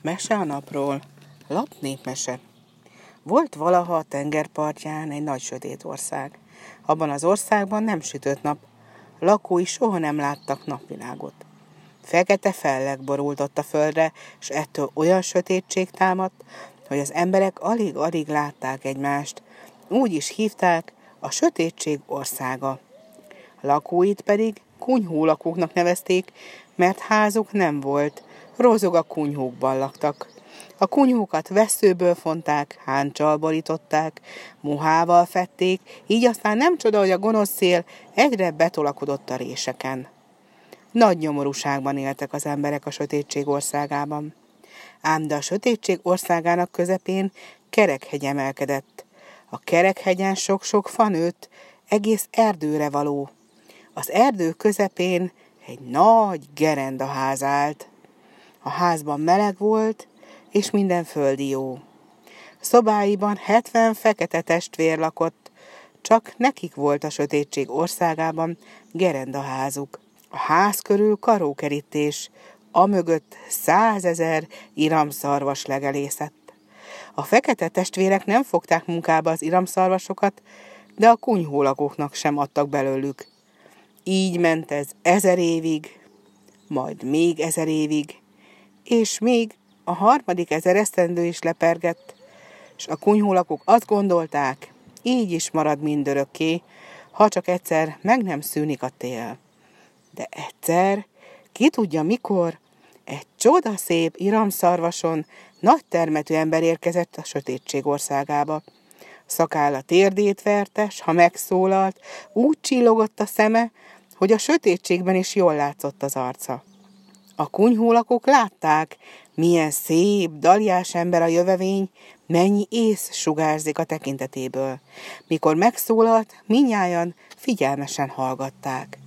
Mese a napról. Lapnépmese. Volt valaha a tengerpartján egy nagy sötét ország. Abban az országban nem sütött nap. Lakói soha nem láttak napvilágot. Fekete felleg borult ott a földre, s ettől olyan sötétség támadt, hogy az emberek alig-alig látták egymást. Úgy is hívták, a sötétség országa. Lakóit pedig kunyhólakóknak nevezték, mert házuk nem volt, rozog a kunyhókban laktak. A kunyhókat vesszőből fonták, háncsal borították, mohával fették, így aztán nem csoda, hogy a gonosz szél egyre betolakodott a réseken. Nagy nyomorúságban éltek az emberek a sötétség országában. Ám de a sötétség országának közepén Kerekhegy emelkedett. A Kerekhegyen sok-sok fa nőtt, egész erdőre való. Az erdő közepén egy nagy gerendaház állt. A házban meleg volt, és minden földi jó. Szobáiban 70 fekete testvér lakott, csak nekik volt a sötétség országában gerendaházuk. A ház körül karókerítés, amögött 100 000 iramszarvas legelészett. A fekete testvérek nem fogták munkába az iramszarvasokat, de a kunyhólakóknak sem adtak belőlük. Így ment ez 1000 évig, majd még 1000 évig, és még a 3000 esztendő is lepergett, és a kunyhólakók azt gondolták, így is marad mindörökké, ha csak egyszer meg nem szűnik a tél. De egyszer, ki tudja mikor, egy csodaszép iramszarvason nagy termetű ember érkezett a sötétség országába. Szakálla térdét verte, s ha megszólalt, úgy csillogott a szeme, hogy a sötétségben is jól látszott az arca. A kunyhólakók látták, milyen szép, dallyás ember a jövevény, mennyi ész sugárzik a tekintetéből. Mikor megszólalt, mindnyájan figyelmesen hallgatták.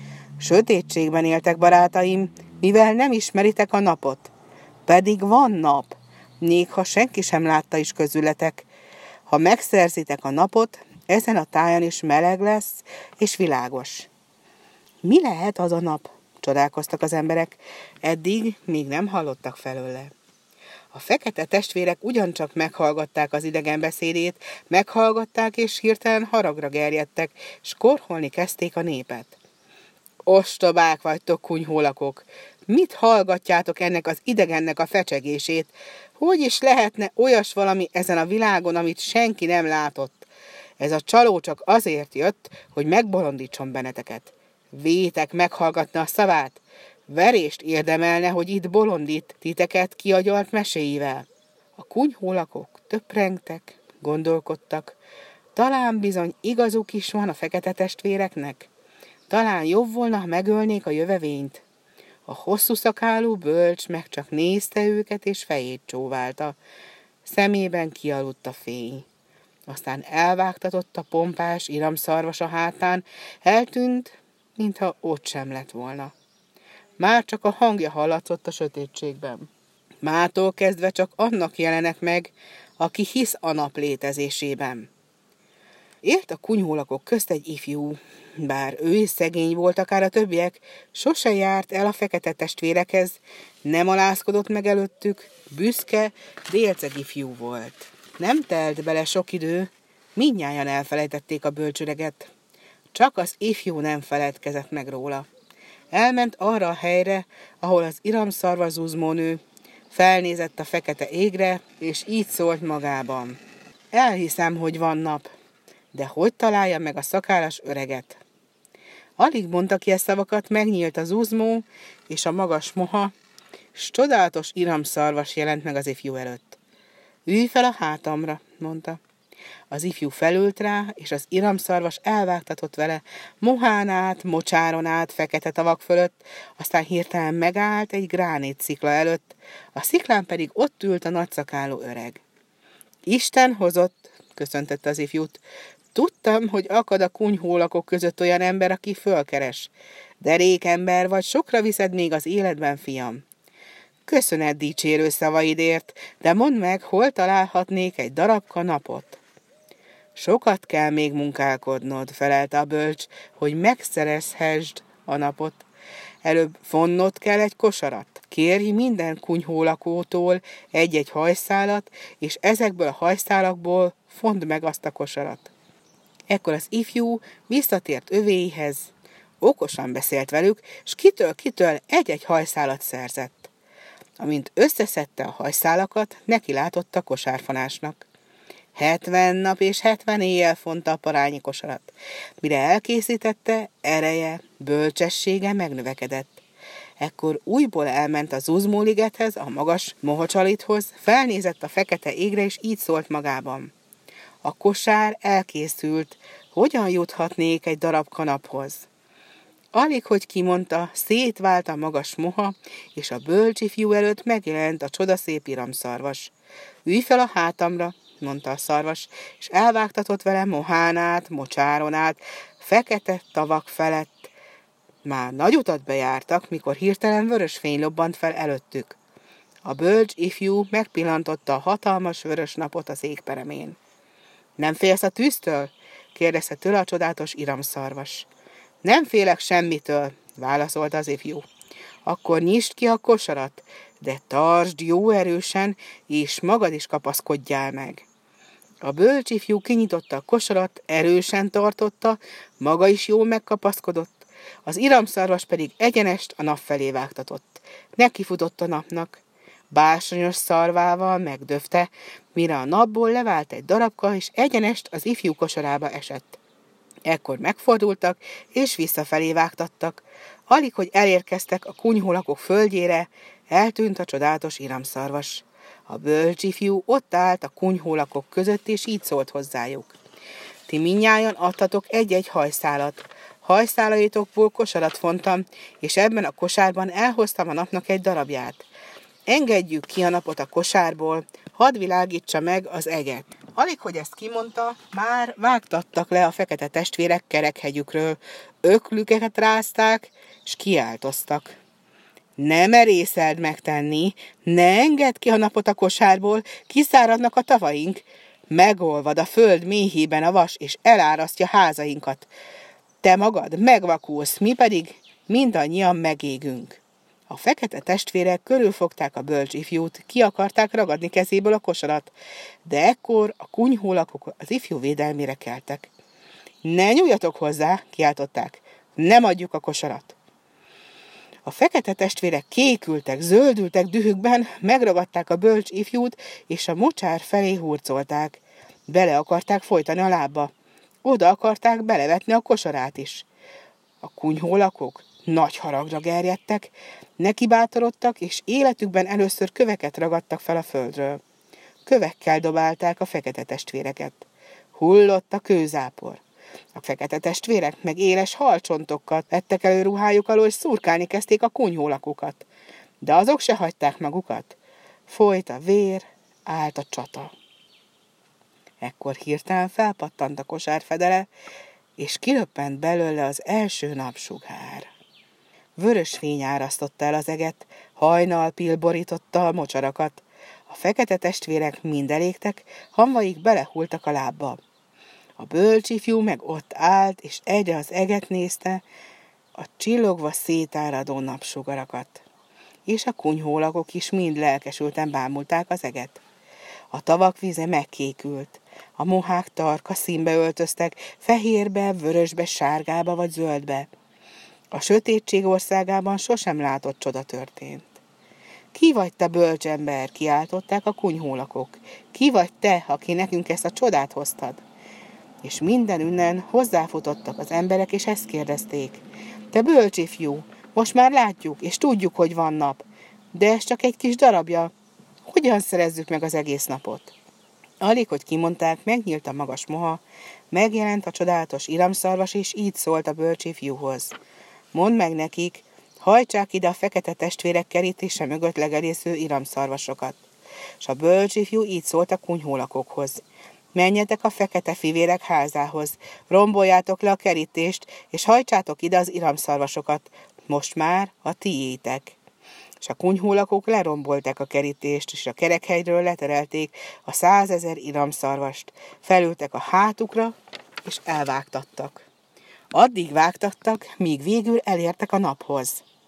Sötétségben éltek, barátaim, mivel nem ismeritek a napot. Pedig van nap, még ha senki sem látta is közületek. Ha megszerzitek a napot, ezen a tájon is meleg lesz és világos. Mi lehet az a nap? Csodálkoztak az emberek, eddig még nem hallottak felőle. A fekete testvérek ugyancsak meghallgatták az idegen beszédét, meghallgatták és hirtelen haragra gerjedtek, s korholni kezdték a népet. Ostobák vagytok, kunyhólakok! Mit hallgatjátok ennek az idegennek a fecsegését? Hogy is lehetne olyas valami ezen a világon, amit senki nem látott? Ez a csaló csak azért jött, hogy megbolondítson benneteket. Vétek meghallgatna a szavát? Verést érdemelne, hogy itt bolondít titeket kiagyalt meséivel. A kunyhólakok töprengtek, gondolkodtak. Talán bizony igazuk is van a fekete testvéreknek? Talán jobb volna, ha megölnék a jövevényt. A hosszú szakálú bölcs meg csak nézte őket, és fejét csóválta. Szemében kialudt a fény. Aztán elvágtatott a pompás iramszarvas a hátán, eltűnt, mintha ott sem lett volna. Már csak a hangja hallatszott a sötétségben. Mától kezdve csak annak jelenek meg, aki hisz a nap létezésében. Élt a kunyhólakok közt egy ifjú, bár ő is szegény volt, akár a többiek, sose járt el a fekete testvérekhez, nem alázkodott meg előttük, büszke, délceg ifjú volt. Nem telt bele sok idő, mindnyájan elfelejtették a bölcsöreget. Csak az ifjú nem feledkezett meg róla. Elment arra a helyre, ahol az iramszarvas zuzmó nő, felnézett a fekete égre, és így szólt magában. Elhiszem, hogy van nap, de hogy találja meg a szakállas öreget? Alig mondta ki ezt szavakat, megnyílt a zuzmó és a magas moha, s csodálatos iramszarvas jelent meg az ifjú előtt. Ülj fel a hátamra, mondta. Az ifjú felült rá, és az iramszarvas elvágtatott vele mohán át, mocsáron át, fekete tavak fölött, aztán hirtelen megállt egy gránit szikla előtt, a sziklán pedig ott ült a nagyszakálú öreg. Isten hozott, köszöntette az ifjút. Tudtam, hogy akad a kunyhólakok között olyan ember, aki fölkeres. Derék ember vagy, sokra viszed még az életben, fiam. Köszönet dicsérő szavaidért, de mondd meg, hol találhatnék egy darabka napot. Sokat kell még munkálkodnod, felelte a bölcs, hogy megszerezhessd a napot. Előbb vonnod kell egy kosarat. Kérj minden kunyhólakótól egy-egy hajszálat, és ezekből a hajszálakból fondd meg azt a kosarat. Ekkor az ifjú visszatért övéihez, okosan beszélt velük, s kitől egy-egy hajszálat szerzett. Amint összeszedte a hajszálakat, neki látott a kosárfonásnak. 70 nap és 70 éjjel fonta a parányi kosarat. Mire elkészítette, ereje, bölcsessége megnövekedett. Ekkor újból elment a Zuzmó-ligethez, a magas mohocsalithoz, felnézett a fekete égre, és így szólt magában. A kosár elkészült, hogyan juthatnék egy darab kanaphoz? Alig, hogy kimondta, szétvált a magas moha, és a bölcsifjú előtt megjelent a csodaszép iramszarvas. Ülj fel a hátamra, mondta a szarvas, és elvágtatott vele mohán át, mocsáron át, fekete tavak felett. Már nagy utat bejártak, mikor hirtelen vörös fény lobbant fel előttük. A bölcs ifjú megpillantotta a hatalmas vörös napot az égperemén. Nem félsz a tűztől? Kérdezte tőle a csodálatos iramszarvas. Nem félek semmitől, válaszolta az ifjú. Akkor nyisd ki a kosarat, de tartsd jó erősen, és magad is kapaszkodjál meg. A bölcs ifjú kinyitotta a kosarat, erősen tartotta, maga is jól megkapaszkodott, az iramszarvas pedig egyenest a nap felé vágtatott. Nekifutott a napnak. Bársonyos szarvával megdöfte, mire a napból levált egy darabka, és egyenest az ifjú kosarába esett. Ekkor megfordultak, és visszafelé vágtattak. Alig, hogy elérkeztek a kunyhólakok földjére, eltűnt a csodálatos iramszarvas. A bölcs ifjú ott állt a kunyhólakok között, és így szólt hozzájuk. Ti mindnyájan adtatok egy-egy hajszálat. Hajszálaitokból kosarat fontam, és ebben a kosárban elhoztam a napnak egy darabját. Engedjük ki a napot a kosárból, hadd világítsa meg az eget. Alig, hogy ezt kimondta, már vágtattak le a fekete testvérek kerekhegyükről, öklüket rázták, s kiáltoztak. Ne merészeld megtenni, ne engedd ki a napot a kosárból, kiszáradnak a tavaink. Megolvad a föld méhében a vas, és elárasztja házainkat. Te magad megvakulsz, mi pedig mindannyian megégünk. A fekete testvérek körülfogták a bölcs ifjút, ki akarták ragadni kezéből a kosarat, de ekkor a kunyhólakok az ifjú védelmére keltek. Ne nyúljatok hozzá, kiáltották, nem adjuk a kosarat. A fekete testvérek kékültek, zöldültek dühükben, megragadták a bölcs ifjút, és a mocsár felé hurcolták. Bele akarták folytani a lábba. Oda akarták belevetni a kosarát is. A kunyhólakok nagy haragra gerjedtek, nekibátorodtak, és életükben először köveket ragadtak fel a földről. Kövekkel dobálták a fekete testvéreket. Hullott a kőzápor. A fekete testvérek meg éles halcsontokkal vettek elő ruhájuk alól, és szurkálni kezdték a kunyhólakokat. De azok se hagyták magukat. Folyt a vér, állt a csata. Ekkor hirtelen felpattant a kosár fedele, és kiröppent belőle az első napsugár. Vörös fény árasztotta el az eget, hajnalpil borította a mocsarakat. A fekete testvérek mind elégtek, hamvaik belehultak a lábba. A bölcs ifjú meg ott állt, és egyre az eget nézte, a csillogva szétáradó napsugarakat. És a kunyhólakok is mind lelkesülten bámulták az eget. A tavak víze megkékült, a mohák tarka színbe öltöztek, fehérbe, vörösbe, sárgába vagy zöldbe. A sötétség országában sosem látott csoda történt. Ki vagy te, bölcs ember? Kiáltották a kunyhólakok. Ki vagy te, aki nekünk ezt a csodát hoztad? És mindenünnen hozzáfutottak az emberek, és ezt kérdezték. Te bölcs ifjú, most már látjuk, és tudjuk, hogy van nap. De ez csak egy kis darabja. Hogyan szerezzük meg az egész napot? Alig, hogy kimondták, megnyílt a magas moha, megjelent a csodálatos iramszarvas, és így szólt a bölcs ifjúhoz. Mondd meg nekik, hajtsák ide a fekete testvérek kerítése mögött legelésző iramszarvasokat. És a bölcs ifjú így szólt a kunyhólakokhoz. Menjetek a fekete fivérek házához, romboljátok le a kerítést, és hajtsátok ide az iramszarvasokat. Most már a tiétek. És a kunyhólakok lerombolták a kerítést, és a kerekhelyről leterelték a 100 000 iramszarvast. Felültek a hátukra, és elvágtattak. Addig vágtattak, míg végül elértek a naphoz.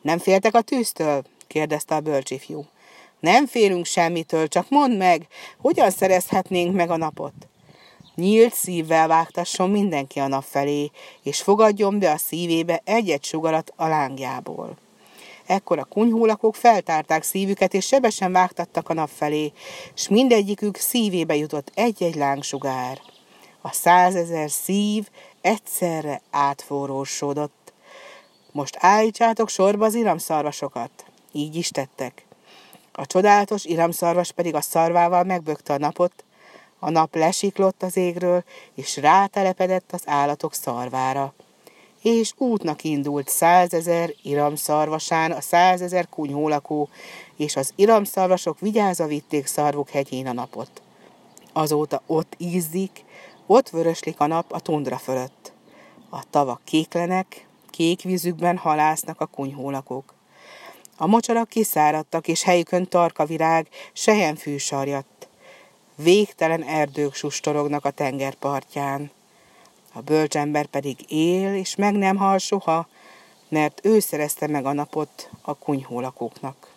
Nem féltek a tűztől? Kérdezte a bölcsifjú. Nem félünk semmitől, csak mondd meg, hogyan szerezhetnénk meg a napot? Nyílt szívvel vágtasson mindenki a nap felé, és fogadjon be a szívébe egy-egy sugarat a lángjából. Ekkor a kunyhólakók feltárták szívüket, és sebesen vágtattak a nap felé, s mindegyikük szívébe jutott egy-egy lángsugár. A 100 000 szív egyszerre átforrósodott. Most állítsátok sorba az iramszarvasokat. Így is tettek. A csodálatos iramszarvas pedig a szarvával megbökte a napot, a nap lesiklott az égről, és rátelepedett az állatok szarvára. És útnak indult 100 000 iramszarvasán a 100 000 kunyhólakó, és az iramszarvasok vigyázva vitték szarvuk hegyén a napot. Azóta ott ízzik, ott vöröslik a nap a tundra fölött. A tavak kéklenek, kék vízükben halásznak a kunyhólakók. A mocsarak kiszáradtak, és helyükön tarkavirág, selyemfű sarjadt. Végtelen erdők sustorognak a tengerpartján. A bölcsember pedig él, és meg nem hal soha, mert ő szerezte meg a napot a kunyhólakóknak.